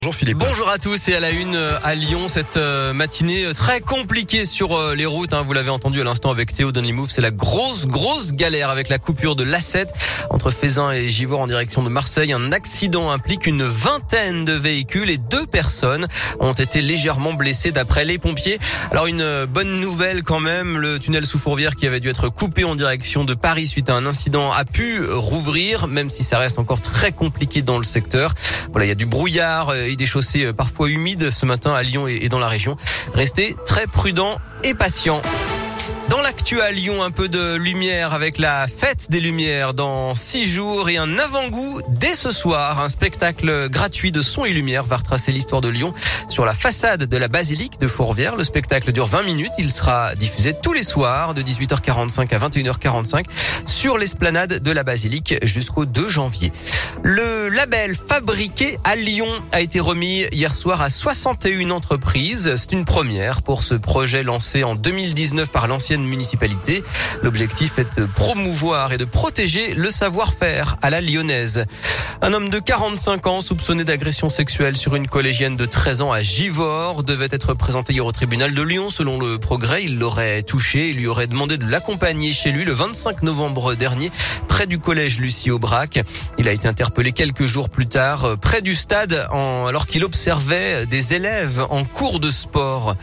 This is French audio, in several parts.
Bonjour Philippe. Bonjour à tous et à la une à Lyon, cette matinée très compliquée sur les routes. Vous l'avez entendu à l'instant avec Théo Donlimove, c'est la grosse galère avec la coupure de l'A7 entre Fézin et Givors en direction de Marseille. Un accident implique une vingtaine de véhicules et 2 personnes ont été légèrement blessées d'après les pompiers. Alors une bonne nouvelle quand même, le tunnel sous Fourvière qui avait dû être coupé en direction de Paris suite à un incident a pu rouvrir, même si ça reste encore très compliqué dans le secteur. Voilà, il y a du brouillard et des chaussées parfois humides ce matin à Lyon et dans la région. Restez très prudents et patients. Dans l'actu à Lyon, un peu de lumière avec la fête des Lumières dans 6 jours et un avant-goût dès ce soir. Un spectacle gratuit de son et lumière va retracer l'histoire de Lyon sur la façade de la basilique de Fourvière. Le spectacle dure 20 minutes. Il sera diffusé tous les soirs de 18h45 à 21h45 sur l'esplanade de la basilique jusqu'au 2 janvier. Le label Fabriqué à Lyon a été remis hier soir à 61 entreprises. C'est une première pour ce projet lancé en 2019 par l'ancienne municipalité. L'objectif est de promouvoir et de protéger le savoir-faire à la lyonnaise. Un homme de 45 ans soupçonné d'agression sexuelle sur une collégienne de 13 ans à Givors devait être présenté hier au tribunal de Lyon. Selon le Progrès, il l'aurait touché et lui aurait demandé de l'accompagner chez lui le 25 novembre dernier près du collège Lucie Aubrac. Il a été interpellé quelques jours plus tard près du stade alors qu'il observait des élèves en cours de sport.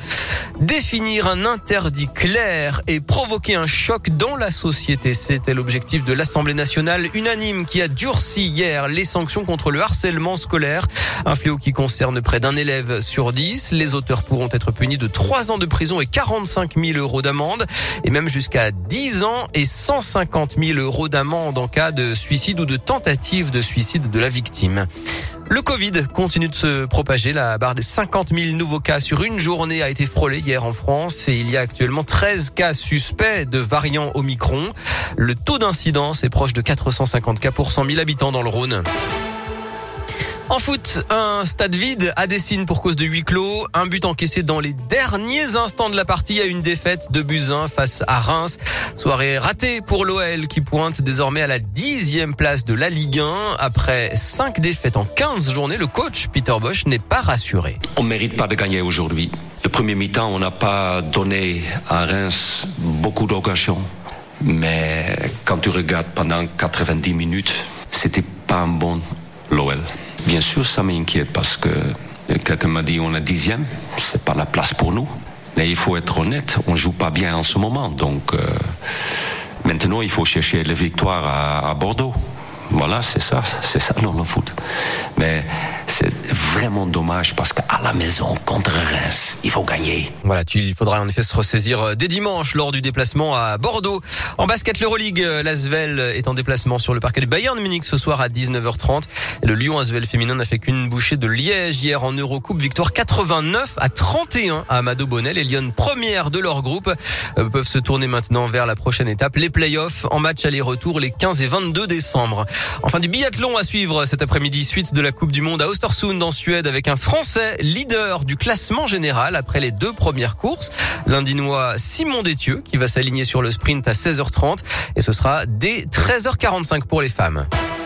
Définir un interdit clair et provoquer un choc dans la société, c'était l'objectif de l'Assemblée nationale unanime qui a durci hier les sanctions contre le harcèlement scolaire, un fléau qui concerne près d'un élève sur 10. Les auteurs pourront être punis de 3 ans de prison et 45 000 euros d'amende et même jusqu'à 10 ans et 150 000 euros d'amende en cas de suicide ou de tentative de suicide de la victime. Le Covid continue de se propager. La barre des 50 000 nouveaux cas sur une journée a été frôlée hier en France et il y a actuellement 13 cas suspects de variant Omicron. Le taux d'incidence est proche de 450 cas pour 100 000 habitants dans le Rhône. En foot, un stade vide à Dessines pour cause de huis clos. Un but encaissé dans les derniers instants de la partie à une défaite de Buzyn face à Reims. Soirée ratée pour l'OL qui pointe désormais à la 10e place de la Ligue 1. Après 5 défaites en 15 journées, le coach Peter Bosz n'est pas rassuré. On ne mérite pas de gagner aujourd'hui. Le premier mi-temps, on n'a pas donné à Reims beaucoup d'occasions. Mais quand tu regardes pendant 90 minutes, c'était pas un bon l'OL. Bien sûr, ça m'inquiète parce que quelqu'un m'a dit on est 10e, c'est pas la place pour nous. Mais il faut être honnête, on joue pas bien en ce moment. Donc maintenant, il faut chercher les victoires à Bordeaux. Voilà, c'est ça dans le foot. Mais c'est vraiment dommage parce qu'à la maison, contre Reims, il faut gagner. Voilà, il faudra en effet se ressaisir dès dimanche lors du déplacement à Bordeaux. En basket, l'Euroleague, l'Asvel est en déplacement sur le parquet du Bayern Munich ce soir à 19h30. Et le Lyon Asvel féminin n'a fait qu'une bouchée de Liège hier en Eurocoupe. Victoire 89-31 à Amado Bonnel. Les Lyon premières de leur groupe peuvent se tourner maintenant vers la prochaine étape, les playoffs en match aller-retour les 15 et 22 décembre. Enfin, du biathlon à suivre cet après-midi, suite de la Coupe du Monde à Östersund en Suède avec un Français leader du classement général après les 2 premières courses. L'Indinois Simon Détieux qui va s'aligner sur le sprint à 16h30 et ce sera dès 13h45 pour les femmes.